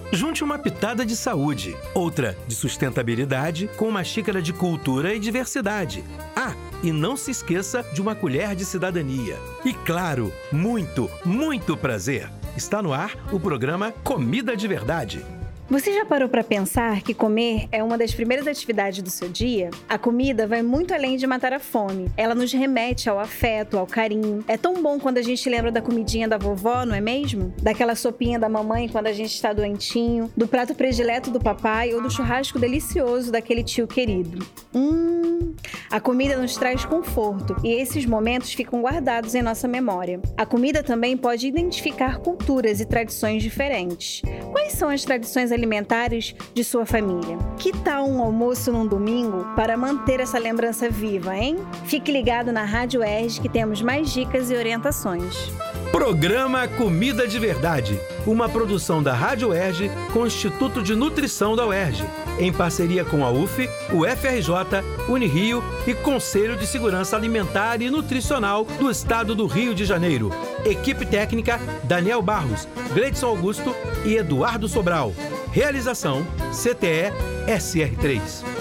Junte uma pitada de saúde, outra de sustentabilidade com uma xícara de cultura e diversidade. Ah, e não se esqueça de uma colher de cidadania. E claro, muito, muito prazer. Está no ar o programa Comida de Verdade. Você já parou para pensar que comer é uma das primeiras atividades do seu dia? A comida vai muito além de matar a fome. Ela nos remete ao afeto, ao carinho. É tão bom quando a gente lembra da comidinha da vovó, não é mesmo? Daquela sopinha da mamãe quando a gente está doentinho, do prato predileto do papai ou do churrasco delicioso daquele tio querido. A comida nos traz conforto e esses momentos ficam guardados em nossa memória. A comida também pode identificar culturas e tradições diferentes. Quais são as tradições alimentares de sua família? Que tal um almoço num domingo para manter essa lembrança viva, hein? Fique ligado na Rádio UERJ que temos mais dicas e orientações. Programa Comida de Verdade, uma produção da Rádio UERJ com o Instituto de Nutrição da UERJ, em parceria com a UF, o FRJ, Unirio e Conselho de Segurança Alimentar e Nutricional do Estado do Rio de Janeiro. Equipe técnica, Daniel Barros, Gleidson Augusto e Eduardo Sobral. Realização, CTE SR3.